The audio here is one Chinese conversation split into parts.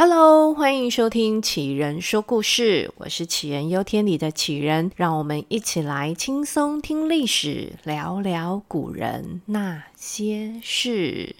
Hello， 欢迎收听杞人说故事，我是杞人忧天里的杞人，让我们一起来轻松听历史，聊聊古人那些事。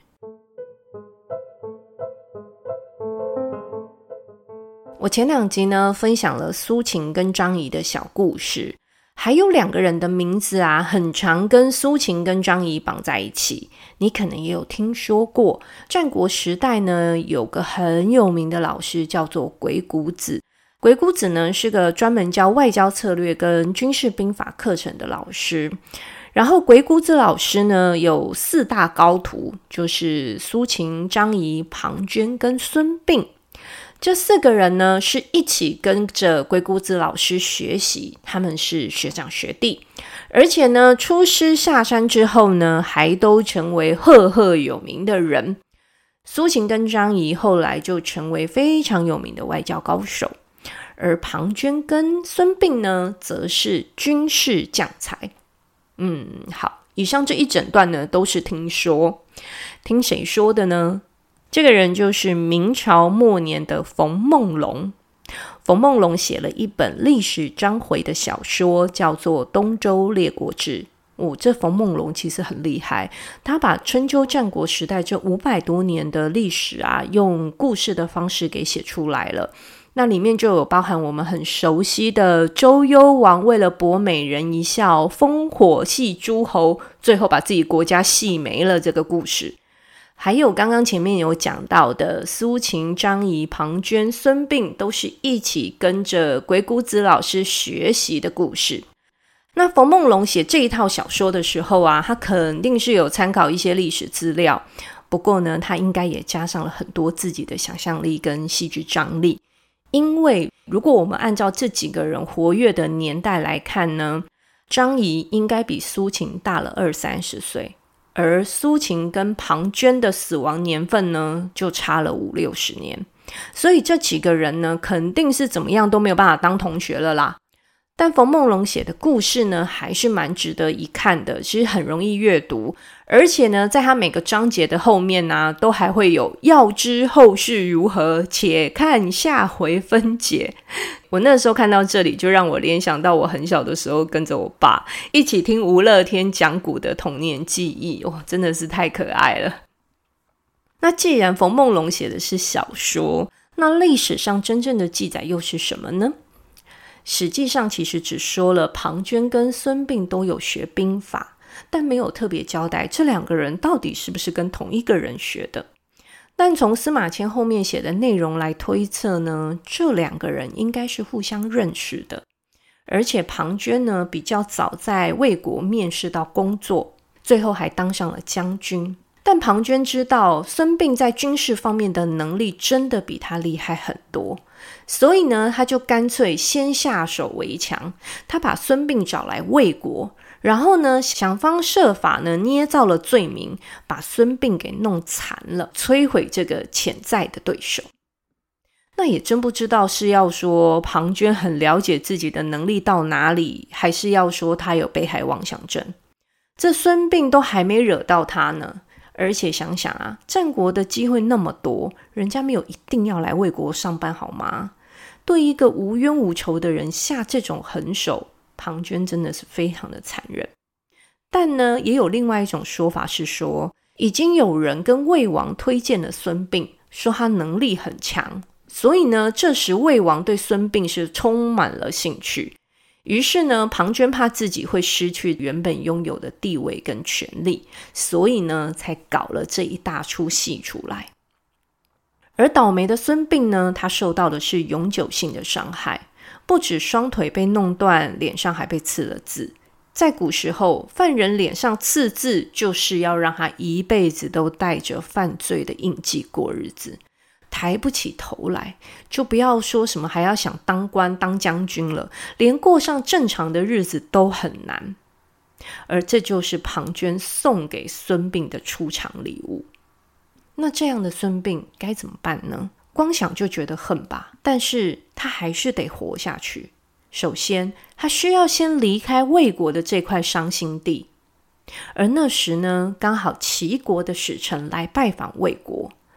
我前两集呢，分享了苏秦跟张仪的小故事，还有两个人的名字啊，很常跟苏秦跟张仪绑在一起。你可能也有听说过，战国时代呢，有个很有名的老师叫做鬼谷子。鬼谷子呢，是个专门教外交策略跟军事兵法课程的老师。然后鬼谷子老师呢，有4大高徒，就是苏秦、张仪、庞涓跟孙膑。这4个人呢，是一起跟着鬼谷子老师学习，他们是学长学弟，而且呢，出师下山之后呢，还都成为赫赫有名的人。苏秦跟张仪后来就成为非常有名的外交高手，而庞涓跟孙膑呢，则是军事将才。好，以上这一整段呢，都是听说。听谁说的呢？这个人就是明朝末年的冯梦龙。冯梦龙写了一本历史章回的小说，叫做《东周列国志》。这冯梦龙其实很厉害，他把春秋战国时代这500多年的历史啊，用故事的方式给写出来了。那里面就有包含我们很熟悉的周幽王为了博美人一笑，烽火戏诸侯，最后把自己国家戏没了这个故事。还有刚刚前面有讲到的苏秦、张仪、庞涓、孙膑，都是一起跟着鬼谷子老师学习的故事。那冯梦龙写这一套小说的时候啊，他肯定是有参考一些历史资料，不过呢，他应该也加上了很多自己的想象力跟戏剧张力。因为如果我们按照这几个人活跃的年代来看呢，张仪应该比苏秦大了20-30岁，而苏秦跟庞涓的死亡年份呢，就差了50-60年。所以这几个人呢，肯定是怎么样都没有办法当同学了啦。但冯梦龙写的故事呢，还是蛮值得一看的，其实很容易阅读，而且呢，在他每个章节的后面呢，都还会有要知后事如何，且看下回分解。我那时候看到这里，就让我联想到我很小的时候跟着我爸一起听吴乐天讲古的童年记忆，真的是太可爱了。那既然冯梦龙写的是小说，那历史上真正的记载又是什么呢？史记上其实只说了庞涓跟孙膑都有学兵法，但没有特别交代这2个人到底是不是跟同一个人学的。但从司马迁后面写的内容来推测呢，这2个人应该是互相认识的。而且庞涓呢，比较早在魏国面试到工作，最后还当上了将军。但庞涓知道孙膑在军事方面的能力真的比他厉害很多，所以呢，他就干脆先下手为强。他把孙膑找来魏国，然后呢，想方设法呢，捏造了罪名，把孙膑给弄残了，摧毁这个潜在的对手。那也真不知道是要说庞涓很了解自己的能力到哪里，还是要说他有被害妄想症。这孙膑都还没惹到他呢。而且想想啊，战国的机会那么多，人家没有一定要来魏国上班好吗？对一个无冤无仇的人下这种狠手，庞涓真的是非常的残忍。但呢，也有另外一种说法是说，已经有人跟魏王推荐了孙膑，说他能力很强，所以呢，这时魏王对孙膑是充满了兴趣。于是呢，庞涓怕自己会失去原本拥有的地位跟权力，所以呢，才搞了这一大出戏出来。而倒霉的孙膑呢，他受到的是永久性的伤害，不止双腿被弄断，脸上还被刺了字。在古时候，犯人脸上刺字，就是要让他一辈子都带着犯罪的印记过日子。抬不起头来，就不要说什么还要想当官当将军了，连过上正常的日子都很难。而这就是庞涓送给孙膑的出场礼物。那这样的孙膑该怎么办呢？光想就觉得恨吧，但是他还是得活下去。首先，他需要先离开魏国的这块伤心地。而那时呢，刚好齐国的使臣来拜访魏国。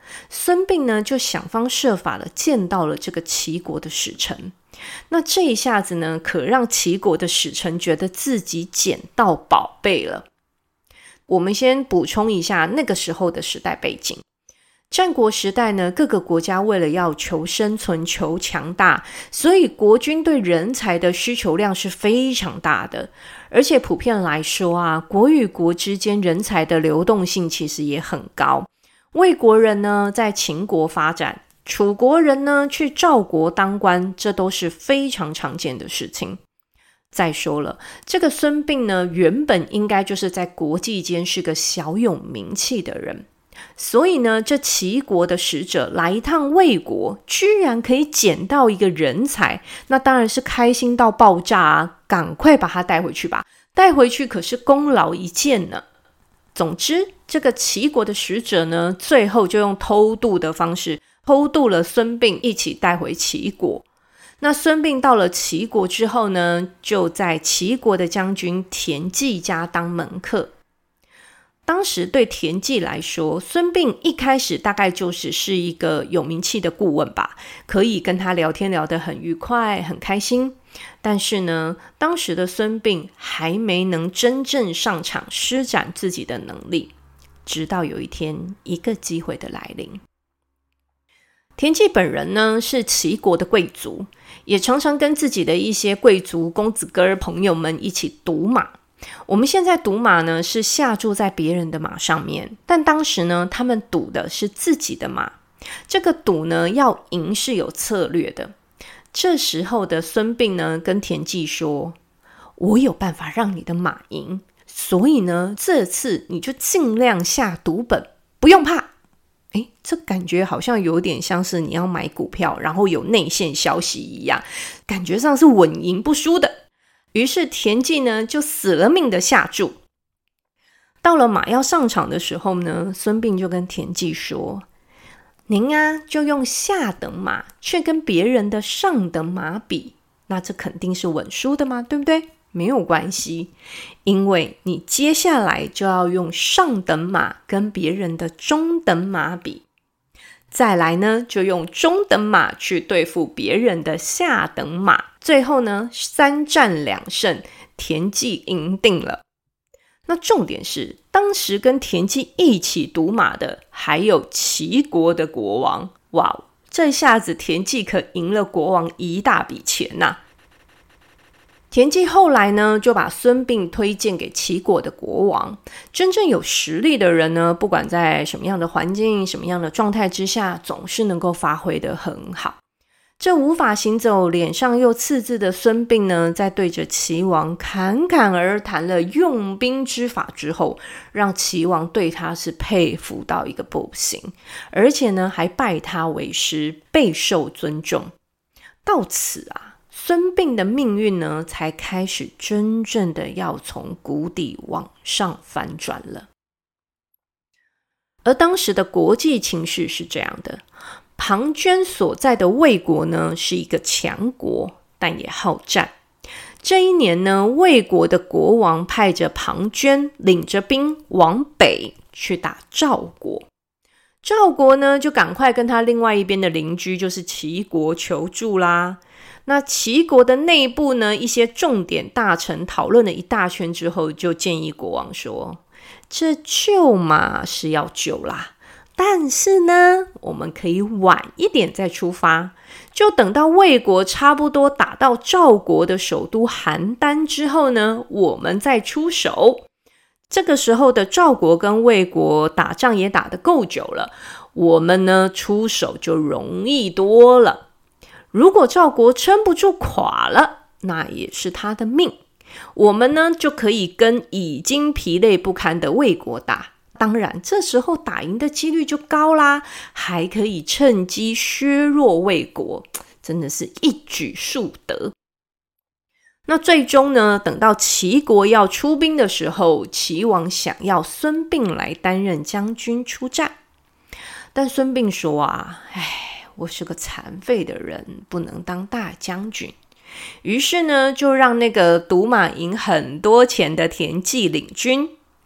孙膑呢就想方设法的见到了这个齐国的使臣。那这一下子呢，可让齐国的使臣觉得自己捡到宝贝了。我们先补充一下那个时候的时代背景。战国时代呢，各个国家为了要求生存、求强大，所以国军对人才的需求量是非常大的。而且普遍来说啊，国与国之间人才的流动性其实也很高。魏国人呢在秦国发展，楚国人呢去赵国当官，这都是非常常见的事情。再说了，这个孙膑呢，原本应该就是在国际间是个小有名气的人。所以呢，这齐国的使者来一趟魏国，居然可以捡到一个人才，那当然是开心到爆炸啊！赶快把他带回去吧，带回去可是功劳一件呢。总之，这个齐国的使者呢，最后就用偷渡的方式偷渡了孙膑，一起带回齐国。那孙膑到了齐国之后呢，就在齐国的将军田忌家当门客。当时对田忌来说，孙膑一开始大概是一个有名气的顾问吧，可以跟他聊天聊得很愉快很开心。但是呢，当时的孙膑还没能真正上场施展自己的能力，直到有一天一个机会的来临。田忌本人呢是齐国的贵族，也常常跟自己的一些贵族公子哥朋友们一起赌马。我们现在赌马呢是下注在别人的马上面，但当时呢他们赌的是自己的马。这个赌呢要赢是有策略的。这时候的孙膑呢跟田忌说，我有办法让你的马赢，所以呢这次你就尽量下赌本，不用怕。这感觉好像有点像是你要买股票然后有内线消息一样，感觉上是稳赢不输的。于是田忌呢就死了命的下注。到了马要上场的时候呢，孙膑就跟田忌说，您啊就用下等马去跟别人的上等马比，那这肯定是稳输的嘛，对不对？没有关系，因为你接下来就要用上等马跟别人的中等马比，再来呢就用中等马去对付别人的下等马，最后呢3战2胜，田忌赢定了。那重点是，当时跟田忌一起赌马的还有齐国的国王。哇，这下子田忌可赢了国王一大笔钱啊。田忌后来呢就把孙膑推荐给齐国的国王。真正有实力的人呢，不管在什么样的环境什么样的状态之下，总是能够发挥得很好。这无法行走脸上又刺字的孙膑呢，在对着齐王侃侃而谈了用兵之法之后，让齐王对他是佩服到一个不行，而且呢还拜他为师，备受尊重。到此啊，孙膑的命运呢才开始真正的要从谷底往上翻转了。而当时的国际情势是这样的，庞涓所在的魏国呢是一个强国，但也好战。这一年呢，魏国的国王派着庞涓领着兵往北去打赵国。赵国呢就赶快跟他另外一边的邻居就是齐国求助啦。那齐国的内部呢，一些重点大臣讨论了一大圈之后，就建议国王说，这救嘛是要救啦，但是呢我们可以晚一点再出发，就等到魏国差不多打到赵国的首都邯郸之后呢，我们再出手。这个时候的赵国跟魏国打仗也打得够久了，我们呢出手就容易多了。如果赵国撑不住垮了，那也是他的命，我们呢就可以跟已经疲累不堪的魏国打，当然这时候打赢的几率就高啦，还可以趁机削弱魏国，真的是一举数得。那最终呢，等到齐国要出兵的时候，齐王想要孙膑来担任将军出战，但孙膑说啊，我是个残废的人，不能当大将军。于是呢，就让那个赌马赢很多钱的田忌领军，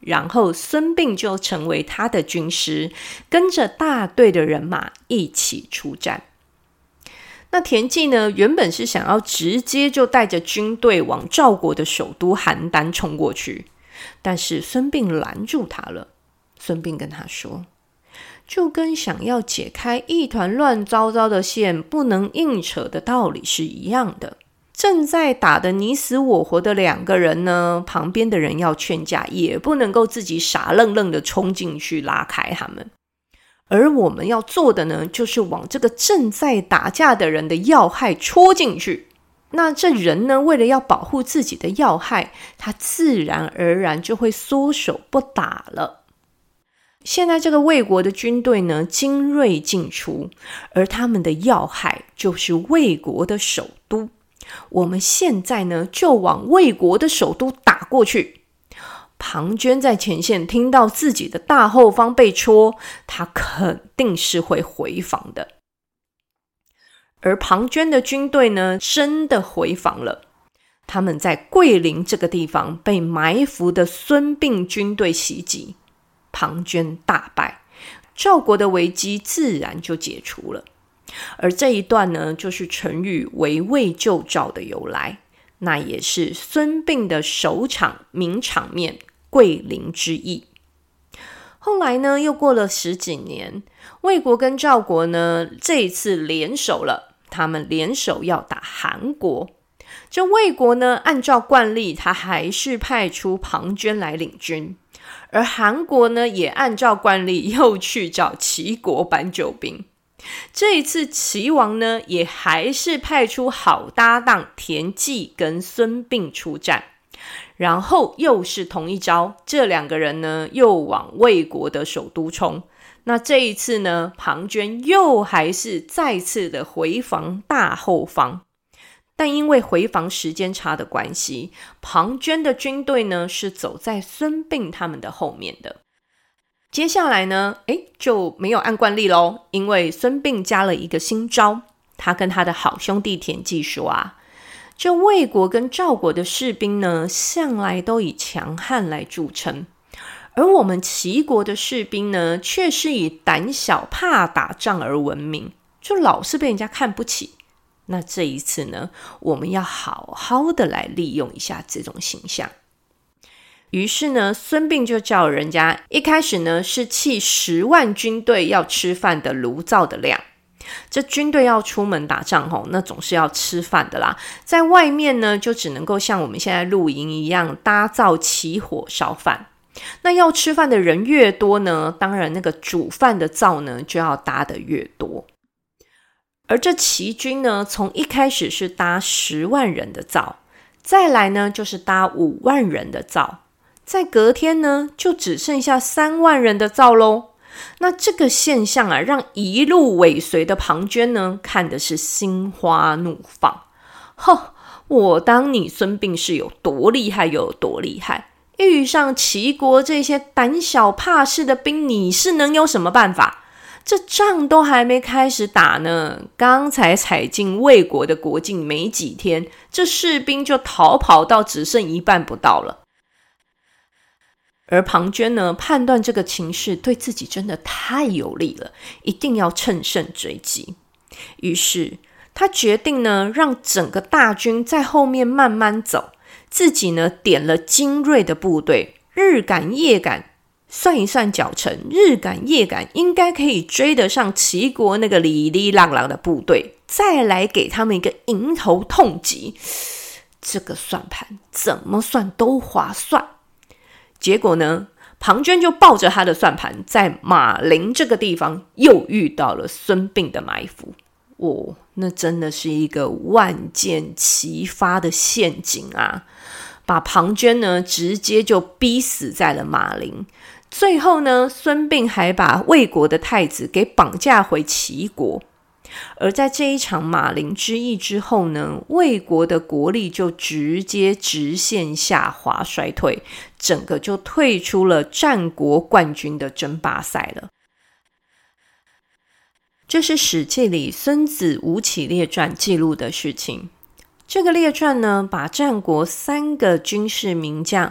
然后孙膑就成为他的军师，跟着大队的人马一起出战。那田忌呢，原本是想要直接就带着军队往赵国的首都邯郸冲过去，但是孙膑拦住他了。孙膑跟他说，就跟想要解开一团乱糟糟的线不能硬扯的道理是一样的。正在打得你死我活的两个人呢，旁边的人要劝架，也不能够自己傻愣愣的冲进去拉开他们。而我们要做的呢，就是往这个正在打架的人的要害戳进去。那这人呢，为了要保护自己的要害，他自然而然就会缩手不打了。现在这个魏国的军队呢，精锐尽出，而他们的要害就是魏国的首都。我们现在呢，就往魏国的首都打过去。庞涓在前线听到自己的大后方被戳，他肯定是会回防的。而庞涓的军队呢，真的回防了。他们在桂林这个地方被埋伏的孙膑军队袭击，庞涓大败，赵国的危机自然就解除了。而这一段呢，就是成语围魏救赵的由来，那也是孙膑的首场名场面桂林之役。后来呢，又过了10几年，魏国跟赵国呢，这一次联手了，他们联手要打韩国。这魏国呢，按照惯例，他还是派出庞涓来领军，而韩国呢，也按照惯例又去找齐国搬救兵。这一次齐王呢，也还是派出好搭档田忌跟孙膑出战，然后又是同一招，这两个人呢又往魏国的首都冲。那这一次呢，庞涓又还是再次的回防大后方，但因为回防时间差的关系，庞涓的军队呢是走在孙膑他们的后面的。接下来呢，就没有按惯例咯，因为孙膑加了一个新招。他跟他的好兄弟田忌说啊，这魏国跟赵国的士兵呢，向来都以强悍来著称，而我们齐国的士兵呢，却是以胆小怕打仗而闻名，就老是被人家看不起。那这一次呢，我们要好好的来利用一下这种形象。于是呢，孙膑就叫人家一开始呢是砌10万军队要吃饭的炉灶的量。这军队要出门打仗那总是要吃饭的啦，在外面呢就只能够像我们现在露营一样搭灶起火烧饭。那要吃饭的人越多呢，当然那个煮饭的灶呢就要搭得越多。而这齐军呢，从一开始是搭10万人的灶，再来呢就是搭5万人的灶，在隔天呢就只剩下3万人的灶咯。那这个现象啊，让一路尾随的庞涓呢看的是心花怒放。我当你孙膑是有多厉害又有多厉害，遇上齐国这些胆小怕事的兵，你是能有什么办法？这仗都还没开始打呢，刚才踩进魏国的国境没几天，这士兵就逃跑到只剩一半不到了。而庞涓呢，判断这个情势对自己真的太有利了，一定要乘胜追击。于是他决定呢，让整个大军在后面慢慢走，自己呢点了精锐的部队，日赶夜赶，算一算脚程，日赶夜赶，应该可以追得上齐国那个哩哩浪浪的部队，再来给他们一个迎头痛击。这个算盘怎么算都划算。结果呢，庞涓就抱着他的算盘，在马陵这个地方又遇到了孙膑的埋伏。那真的是一个万箭齐发的陷阱啊，把庞涓呢直接就逼死在了马陵。最后呢，孙膑还把魏国的太子给绑架回齐国。而在这一场马陵之役之后呢，魏国的国力就直接直线下滑衰退，整个就退出了战国冠军的争霸赛了。这是史记里孙子吴起列传记录的事情。这个列传呢，把战国3个军事名将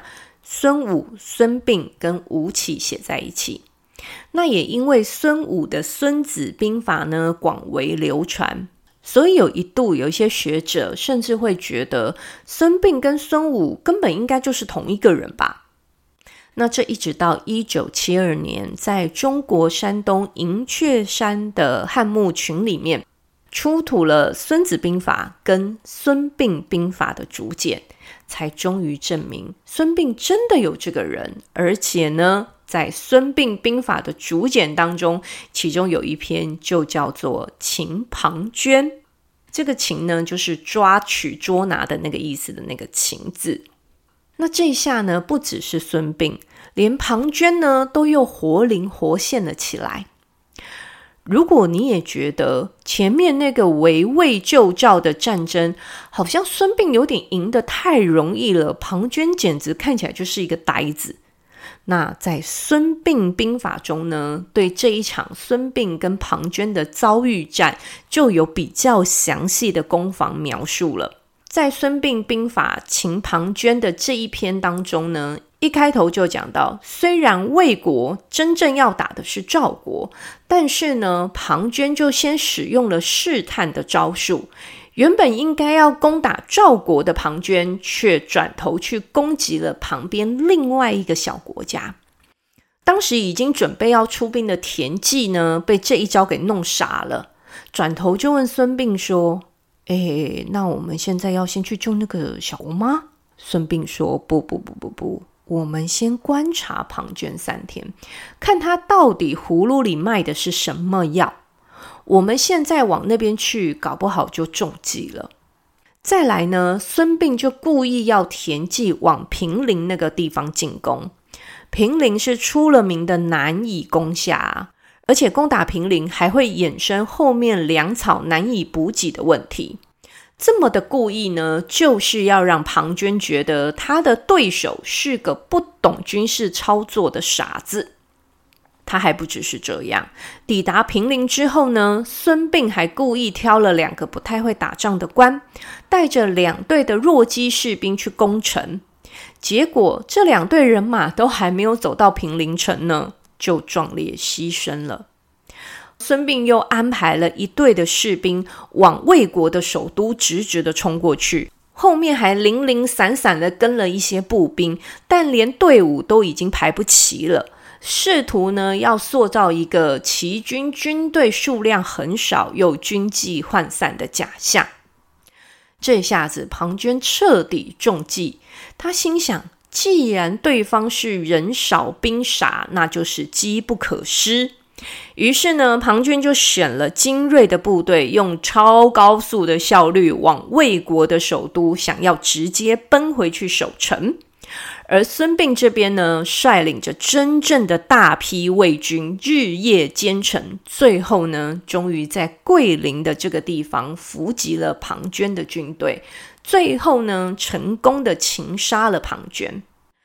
孙武、孙膑跟吴起写在一起。那也因为孙武的《孙子兵法》呢广为流传，所以有一度有一些学者甚至会觉得孙膑跟孙武根本应该就是同一个人吧。那这一直到1972年，在中国山东银雀山的汉墓群里面出土了《孙子兵法》跟《孙膑兵法》的竹简，才终于证明孙膑真的有这个人。而且呢，在《孙膑兵法》的竹简当中，其中有一篇就叫做《擒庞涓》，这个擒呢就是抓取捉拿的那个意思的那个擒字。那这一下呢，不只是孙膑，连庞涓呢都又活灵活现了起来。如果你也觉得前面那个围魏救赵的战争好像孙膑有点赢得太容易了，庞涓简直看起来就是一个呆子，那在《孙膑兵法》中呢，对这一场孙膑跟庞涓的遭遇战就有比较详细的攻防描述了。在《孙膑兵法》擒庞涓的这一篇当中呢，一开头就讲到，虽然魏国真正要打的是赵国，但是呢，庞涓就先使用了试探的招数，原本应该要攻打赵国的庞涓，却转头去攻击了旁边另外一个小国家。当时已经准备要出兵的田忌呢，被这一招给弄傻了，转头就问孙膑说，那我们现在要先去救那个小国吗？孙膑说，不，我们先观察庞涓3天，看他到底葫芦里卖的是什么药，我们现在往那边去，搞不好就中计了。再来呢，孙膑就故意要田忌往平陵那个地方进攻。平陵是出了名的难以攻下，而且攻打平陵还会衍生后面粮草难以补给的问题。这么的故意呢，就是要让庞涓觉得他的对手是个不懂军事操作的傻子。他还不只是这样，抵达平陵之后呢，孙膑还故意挑了2个不太会打仗的官，带着2队的弱鸡士兵去攻城。结果这2队人马都还没有走到平陵城呢，就壮烈牺牲了。孙膑又安排了1队的士兵往魏国的首都直直的冲过去，后面还零零散散的跟了一些步兵，但连队伍都已经排不齐了，试图呢要塑造一个齐军军队数量很少又军纪涣散的假象。这下子庞涓彻底中计，他心想，既然对方是人少兵傻，那就是机不可失。于是呢，庞涓就选了精锐的部队，用超高速的效率往魏国的首都，想要直接奔回去守城。而孙膑这边呢，率领着真正的大批魏军日夜兼程，最后呢，终于在桂林的这个地方伏击了庞涓的军队，最后呢，成功的擒杀了庞涓。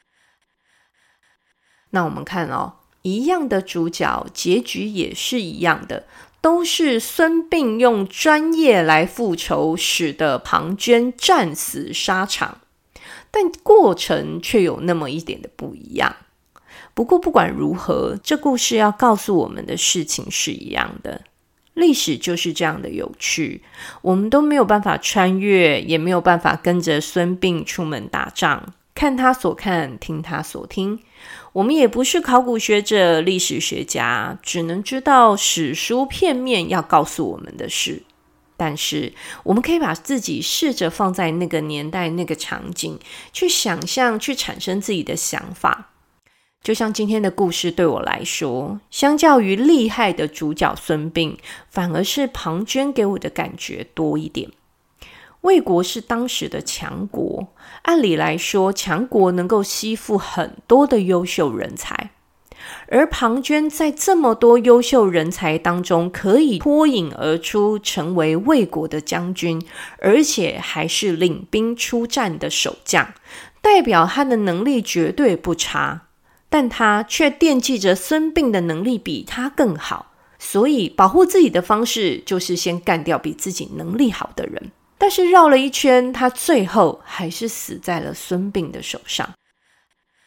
那我们看一样的主角，结局也是一样的，都是孙膑用专业来复仇，使得庞涓战死沙场，但过程却有那么一点的不一样。不过不管如何，这故事要告诉我们的事情是一样的，历史就是这样的有趣，我们都没有办法穿越，也没有办法跟着孙膑出门打仗，看他所看，听他所听。我们也不是考古学者、历史学家，只能知道史书片面要告诉我们的事。但是我们可以把自己试着放在那个年代、那个场景，去想象，去产生自己的想法。就像今天的故事对我来说，相较于厉害的主角孙膑，反而是庞涓给我的感觉多一点。魏国是当时的强国，按理来说，强国能够吸附很多的优秀人才，而庞涓在这么多优秀人才当中，可以脱颖而出，成为魏国的将军，而且还是领兵出战的守将，代表他的能力绝对不差，但他却惦记着孙膑的能力比他更好，所以保护自己的方式就是先干掉比自己能力好的人。但是绕了一圈，他最后还是死在了孙膑的手上。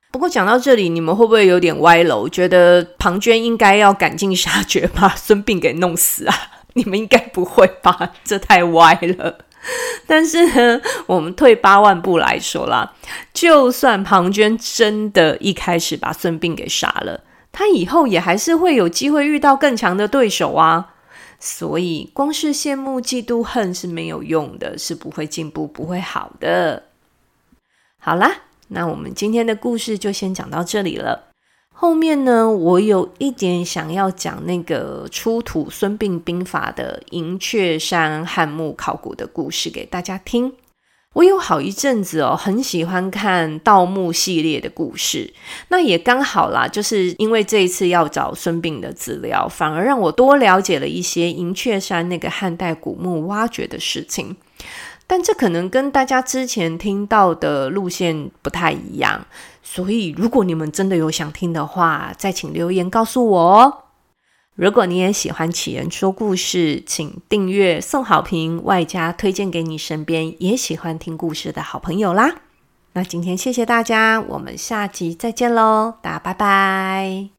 不过讲到这里，你们会不会有点歪楼，觉得庞涓应该要赶尽杀绝把孙膑给弄死啊？你们应该不会吧，这太歪了。但是呢，我们退8万步来说啦，就算庞涓真的一开始把孙膑给杀了，他以后也还是会有机会遇到更强的对手啊。所以光是羡慕嫉妒恨是没有用的，是不会进步不会好的。好啦，那我们今天的故事就先讲到这里了。后面呢，我有一点想要讲那个出土孙膑兵法的银雀山汉墓考古的故事给大家听。我有好一阵子很喜欢看盗墓系列的故事，那也刚好啦，就是因为这一次要找孙膑的资料，反而让我多了解了一些银雀山那个汉代古墓挖掘的事情。但这可能跟大家之前听到的路线不太一样，所以如果你们真的有想听的话，再请留言告诉我哦。如果你也喜欢杞人说故事，请订阅、送好评，外加推荐给你身边也喜欢听故事的好朋友啦。那今天谢谢大家，我们下集再见咯，大家拜拜。